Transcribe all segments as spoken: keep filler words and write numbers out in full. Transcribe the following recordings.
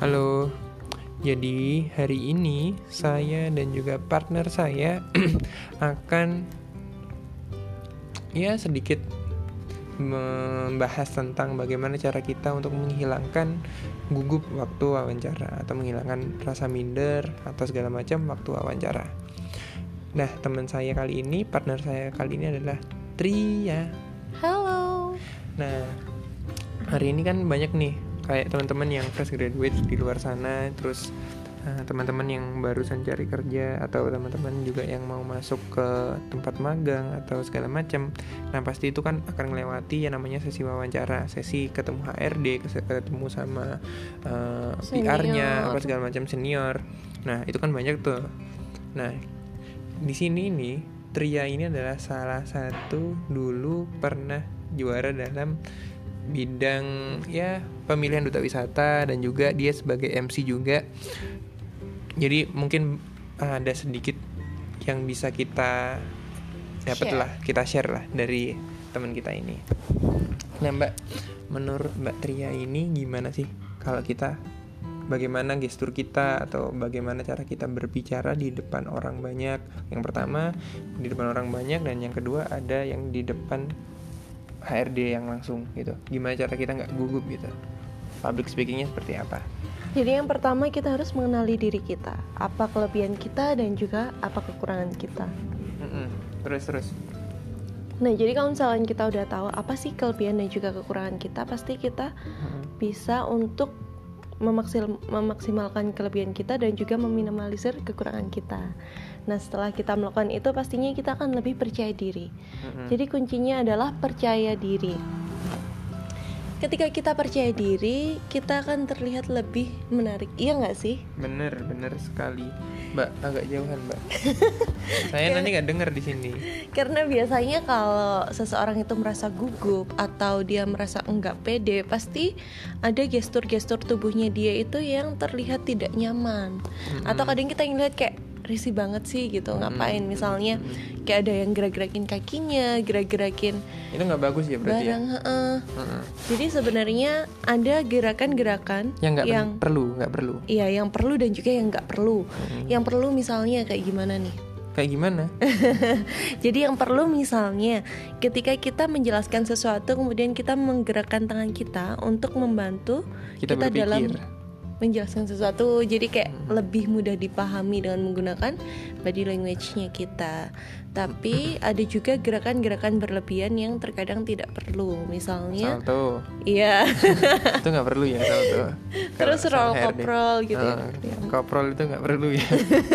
Halo. Jadi hari ini saya dan juga partner saya akan ya sedikit membahas tentang bagaimana cara kita untuk menghilangkan gugup waktu wawancara atau menghilangkan rasa minder atau segala macam waktu wawancara. Nah, teman saya kali ini, partner saya kali ini adalah Tria. Halo. Nah, hari ini kan banyak nih kayak teman-teman yang fresh graduate di luar sana, terus uh, teman-teman yang barusan cari kerja atau teman-teman juga yang mau masuk ke tempat magang atau segala macam. Nah, pasti itu kan akan melewati yang namanya sesi wawancara, sesi ketemu H R D, ketemu sama uh, P R-nya, apa segala macam senior. Nah, itu kan banyak tuh. Nah, di sini nih Tria ini adalah salah satu dulu pernah juara dalam bidang ya pemilihan duta wisata, dan juga dia sebagai M C juga. Jadi mungkin ada sedikit yang bisa kita dapat lah, kita share lah dari teman kita ini. Nah, Mbak, menurut Mbak Tria ini gimana sih kalau kita, bagaimana gestur kita atau bagaimana cara kita berbicara di depan orang banyak? Yang pertama di depan orang banyak, dan yang kedua ada yang di depan H R D yang langsung gitu. Gimana cara kita nggak gugup gitu? Public speakingnya seperti apa? Jadi yang pertama kita harus mengenali diri kita, apa kelebihan kita dan juga apa kekurangan kita. Mm-mm. Terus terus. Nah, jadi kalau misalnya kita udah tahu apa sih kelebihan dan juga kekurangan kita, pasti kita mm-hmm. bisa untuk memaksil, memaksimalkan kelebihan kita dan juga meminimalisir kekurangan kita. Nah, setelah kita melakukan itu, pastinya kita akan lebih percaya diri. Mm-hmm. Jadi kuncinya adalah percaya diri. Ketika kita percaya diri, kita akan terlihat lebih menarik. Iya nggak sih? Bener, bener sekali, Mbak. Agak jauhan, Mbak. Saya nanti nggak dengar di sini. Karena biasanya kalau seseorang itu merasa gugup atau dia merasa enggak pede, pasti ada gestur-gestur tubuhnya dia itu yang terlihat tidak nyaman. Mm-hmm. Atau kadang kita ngeliat kayak risih banget sih gitu, ngapain, misalnya kayak ada yang gerak-gerakin kakinya, gerak-gerakin itu nggak bagus ya berarti barang, ya? uh. Uh-uh. Jadi sebenarnya ada gerakan-gerakan yang nggak yang pen- perlu, nggak perlu. Iya, yang perlu dan juga yang nggak perlu. Uh-huh. Yang perlu misalnya kayak gimana nih? Kayak gimana? Jadi yang perlu misalnya ketika kita menjelaskan sesuatu, kemudian kita menggerakkan tangan kita untuk membantu kita, kita dalam menjelaskan sesuatu, jadi kayak hmm. lebih mudah dipahami dengan menggunakan body language-nya kita. Tapi ada juga gerakan-gerakan berlebihan yang terkadang tidak perlu, misalnya salto. Iya. Itu nggak perlu ya salto. Terus roll koprol gitu. Uh, ya. Koprol itu nggak perlu ya.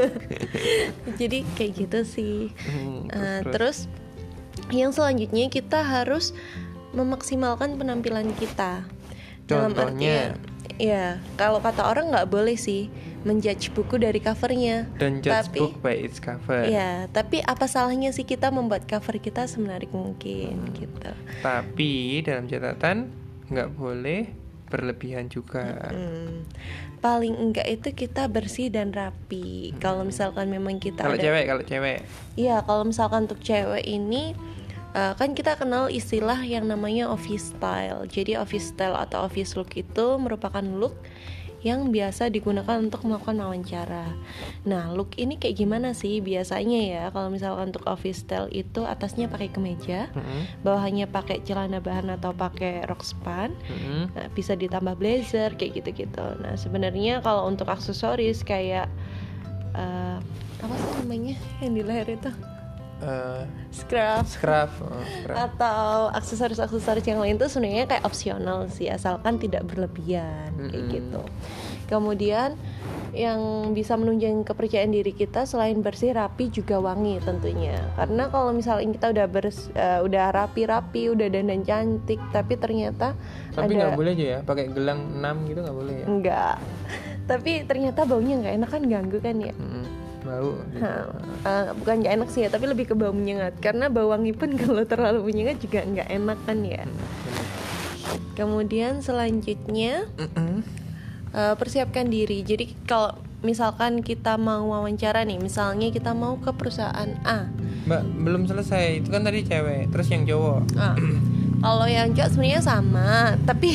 Jadi kayak gitu sih. Hmm, terus, uh, terus. terus yang selanjutnya kita harus memaksimalkan penampilan kita. Dalam Contohnya, artian, ya, kalau kata orang nggak boleh sih menjudge buku dari covernya. Don't judge tapi, book by its cover. Ya, tapi apa salahnya sih kita membuat cover kita semenarik mungkin, hmm. gitu. Tapi dalam catatan nggak boleh berlebihan juga. Hmm. Paling enggak itu kita bersih dan rapi. Hmm. Kalau misalkan memang kita kalau ada, cewek, kalau cewek. Iya, kalau misalkan untuk cewek ini. Uh, kan kita kenal istilah yang namanya office style. Jadi office style atau office look itu merupakan look yang biasa digunakan untuk melakukan wawancara. Nah, look ini kayak gimana sih biasanya ya? Kalau misalkan untuk office style itu atasnya pakai kemeja, mm-hmm. bawahnya pakai celana bahan atau pakai rok span, mm-hmm. nah, bisa ditambah blazer kayak gitu-gitu. Nah, sebenarnya kalau untuk aksesoris kayak uh, apa sih namanya yang di leher itu? Uh, scrub, scrub, oh, scrub atau aksesoris-aksesoris yang lain tuh sebenarnya kayak opsional sih, asalkan tidak berlebihan, mm-hmm. kayak gitu. Kemudian yang bisa menunjang kepercayaan diri kita selain bersih, rapi, juga wangi tentunya. Karena kalau misalnya kita udah bers, uh, udah rapi-rapi, udah dandan cantik, tapi ternyata tapi nggak ada... boleh aja ya, pakai gelang enam gitu nggak boleh ya? Enggak. Tapi ternyata baunya nggak enak kan, ganggu kan ya. Mm-hmm. Bau gitu. Ha, uh, bukan gak enak sih ya, tapi lebih ke bau menyengat. Karena bau wangi pun kalau terlalu menyengat juga gak enak kan ya. hmm, Kemudian selanjutnya uh, persiapkan diri. Jadi kalau misalkan kita mau wawancara nih, misalnya kita mau ke perusahaan A. Mbak, belum selesai. Itu kan tadi cewek, terus yang cowok. ah. Kalau yang cowok sebenarnya sama, tapi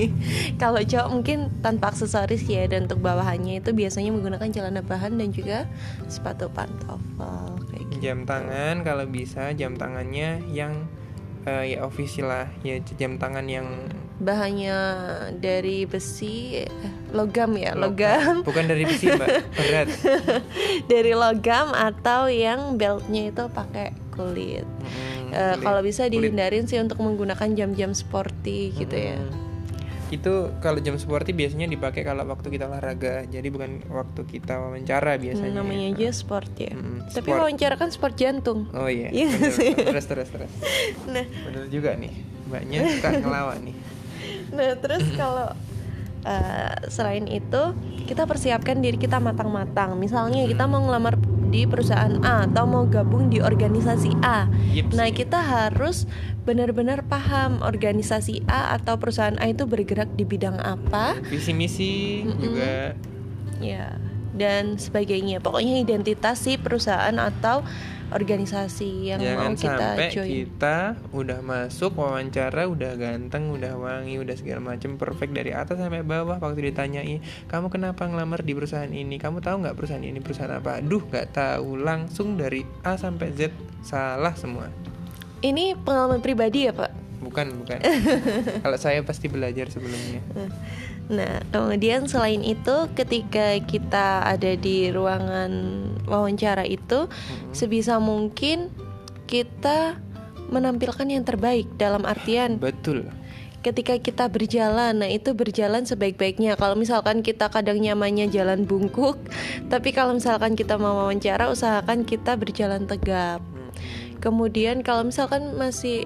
kalau cowok mungkin tanpa aksesoris ya, dan untuk bawahannya itu biasanya menggunakan celana bahan dan juga sepatu pantofel kayak gitu. Jam tangan kalau bisa jam tangannya yang uh, ya official lah, ya jam tangan yang bahannya dari besi, eh, logam ya, logam. Bukan dari besi mbak, berat. Dari logam atau yang beltnya itu pakai kulit. Hmm, uh, kalau bisa dihindarin kulit sih untuk menggunakan jam-jam sporty gitu hmm. ya. Itu kalau jam sporty biasanya dipakai kalau waktu kita olahraga, jadi bukan waktu kita wawancara biasanya. Hmm, namanya aja sport ya. Hmm, sport. Tapi wawancara kan sport jantung. Oh iya. Iya bener, terus terus terus. Nah, betul juga nih, mbaknya suka ngelawan nih. Nah terus kalau uh, selain itu kita persiapkan diri kita matang-matang. Misalnya kita mau ngelamar di perusahaan A atau mau gabung di organisasi A. Yep. Nah kita harus benar-benar paham organisasi A atau perusahaan A itu bergerak di bidang apa, visi misi Mm-mm. juga ya, dan sebagainya. Pokoknya identitas si perusahaan atau organisasi yang Jangan mau kita sampai join. Kita udah masuk wawancara udah ganteng, udah wangi, udah segala macam perfect dari atas sampai bawah. Waktu ditanyai, kamu kenapa ngelamar di perusahaan ini? Kamu tahu nggak perusahaan ini perusahaan apa? Duh, nggak tahu. Langsung dari A sampai Z salah semua. Ini pengalaman pribadi ya Pak? Bukan, bukan. Kalau saya pasti belajar sebelumnya. Nah, kemudian selain itu ketika kita ada di ruangan wawancara itu, mm-hmm. sebisa mungkin kita menampilkan yang terbaik, dalam artian betul. Ketika kita berjalan, nah itu berjalan sebaik-baiknya. Kalau misalkan kita kadang nyamannya jalan bungkuk, tapi kalau misalkan kita mau wawancara, usahakan kita berjalan tegap. Mm-hmm. Kemudian kalau misalkan masih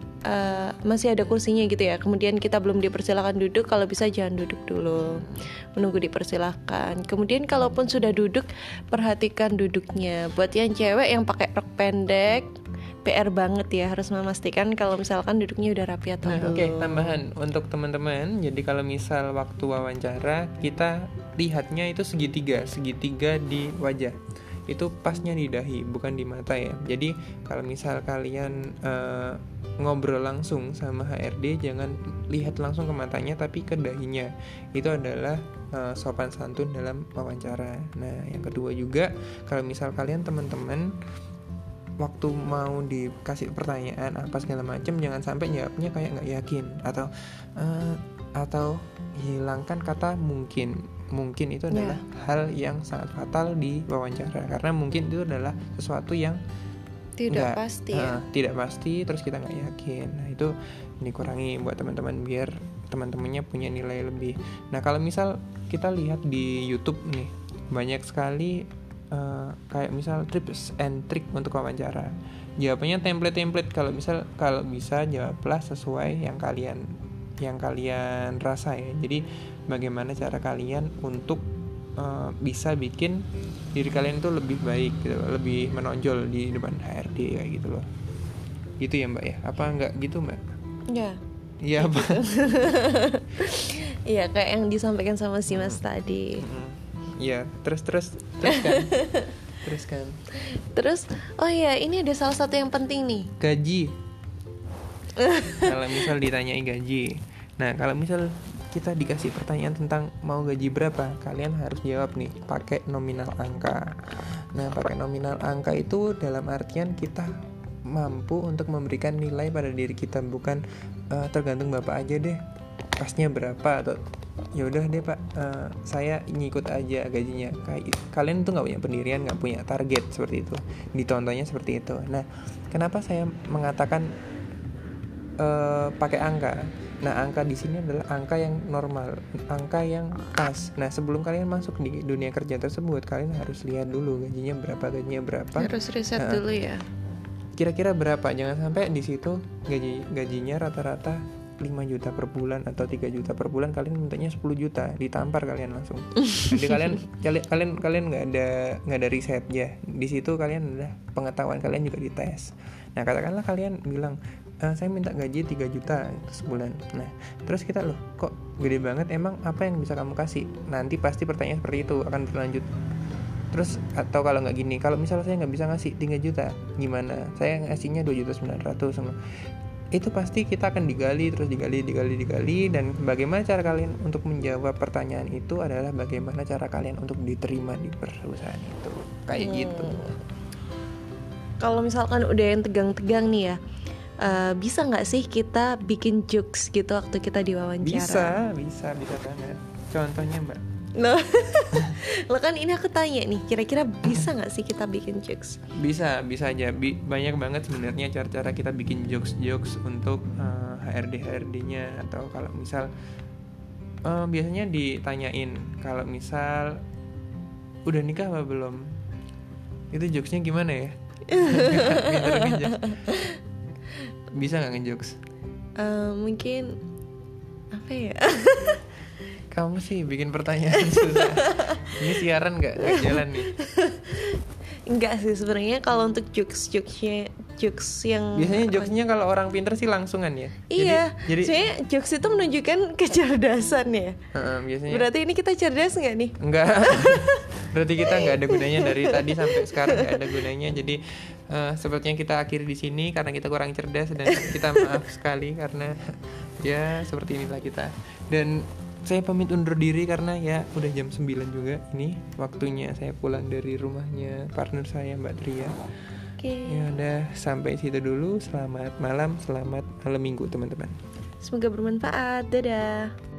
Uh, masih ada kursinya gitu ya, kemudian kita belum dipersilakan duduk, kalau bisa jangan duduk dulu, menunggu dipersilakan. Kemudian kalaupun sudah duduk, perhatikan duduknya. Buat yang cewek yang pakai rok pendek, P R banget ya, harus memastikan kalau misalkan duduknya udah rapi atau nah, belum. Oke, okay, tambahan untuk teman-teman. Jadi kalau misal waktu wawancara kita lihatnya itu segitiga, segitiga di wajah. Itu pasnya di dahi, bukan di mata ya. Jadi kalau misal kalian uh, ngobrol langsung sama H R D, jangan lihat langsung ke matanya tapi ke dahinya. Itu adalah uh, sopan santun dalam wawancara. Nah, yang kedua juga, kalau misal kalian teman-teman waktu mau dikasih pertanyaan apa segala macam, jangan sampai jawabnya kayak nggak yakin atau uh, atau hilangkan kata mungkin. Mungkin itu adalah yeah. hal yang sangat fatal di wawancara, karena mungkin itu adalah sesuatu yang tidak enggak, pasti uh, ya. tidak pasti, terus kita nggak yakin. Nah itu dikurangi buat teman-teman biar teman-temannya punya nilai lebih. Nah kalau misal kita lihat di YouTube nih, banyak sekali uh, kayak misal tips and trick untuk wawancara. Jawabannya template-template. Kalau misal kalau bisa jawablah sesuai yang kalian yang kalian rasa ya. Jadi bagaimana cara kalian untuk uh, bisa bikin diri kalian itu lebih baik gitu, lebih menonjol di depan H R D kayak gitu loh. Gitu ya Mbak ya? Apa enggak gitu Mbak? Ya. Iya apa? Iya kayak yang disampaikan sama si Mas hmm. tadi. Iya, hmm. terus terus terus kan. terus kan. Terus oh iya, ini ada salah satu yang penting nih. Gaji. Kalau misal ditanyai gaji. Nah, kalau misal kita dikasih pertanyaan tentang mau gaji berapa, kalian harus jawab nih pakai nominal angka. Nah, pakai nominal angka itu dalam artian kita mampu untuk memberikan nilai pada diri kita, bukan uh, tergantung Bapak aja deh pasnya berapa, atau ya udah deh Pak, uh, saya ngikut aja gajinya. Kayak kalian tuh nggak punya pendirian, nggak punya target seperti itu. Ditontonnya seperti itu. Nah, kenapa saya mengatakan uh, pakai angka? Nah, angka di sini adalah angka yang normal, angka yang pas. Nah, sebelum kalian masuk di dunia kerja tersebut, kalian harus lihat dulu gajinya berapa, gajinya berapa. Harus riset nah, dulu ya. Kira-kira berapa? Jangan sampai di situ gaji gajinya rata-rata lima juta per bulan atau tiga juta per bulan, kalian mintanya sepuluh juta, ditampar kalian langsung. Jadi kalian kalian kalian nggak ada nggak ada riset ya. Di situ kalian udah pengetahuan kalian juga dites. Nah, katakanlah kalian bilang, Uh, saya minta gaji tiga juta sebulan. Nah, terus kita loh, kok gede banget, emang apa yang bisa kamu kasih? Nanti pasti pertanyaan seperti itu akan berlanjut. Terus atau kalau nggak gini, kalau misalnya saya nggak bisa ngasih tiga juta, gimana? Saya ngasihnya dua juta sembilan ratus. itu pasti kita akan digali terus digali digali digali dan bagaimana cara kalian untuk menjawab pertanyaan itu adalah bagaimana cara kalian untuk diterima di perusahaan itu kayak Hmm. gitu. Kalau misalkan udah yang tegang-tegang nih ya, uh, bisa nggak sih kita bikin jokes gitu waktu kita diwawancara? Bisa bisa bisa banget. Contohnya mbak, Loh, lo kan ini aku tanya nih, kira-kira bisa nggak sih kita bikin jokes? bisa bisa aja Bi- banyak banget sebenarnya cara-cara kita bikin jokes-jokes untuk uh, H R D H R D-nya atau kalau misal uh, biasanya ditanyain kalau misal udah nikah apa belum, itu jokesnya gimana ya? Pinter ngejokes. Bisa nggak ngejokes? Uh, mungkin apa ya? Kamu sih bikin pertanyaan susah. Ini siaran nggak nggak jalan nih. Enggak sih sebenarnya kalau untuk jokes jokesnya jokes yang Biasanya jokesnya kalau orang pinter sih langsungan ya. Iya, Jadi, jadi sebenarnya jokes itu menunjukkan kecerdasan ya. uh, biasanya. Berarti ini kita cerdas nggak nih? Enggak. Berarti kita nggak ada gunanya dari tadi sampai sekarang nggak ada gunanya. Jadi uh, sepertinya kita akhiri di sini karena kita kurang cerdas dan kita maaf sekali karena ya seperti inilah kita. Dan saya pamit undur diri karena ya udah jam sembilan juga ini waktunya saya pulang dari rumahnya partner saya Mbak Tria. Oke. Ya udah sampai situ dulu. Selamat malam, selamat malam minggu teman-teman. Semoga bermanfaat. Dadah.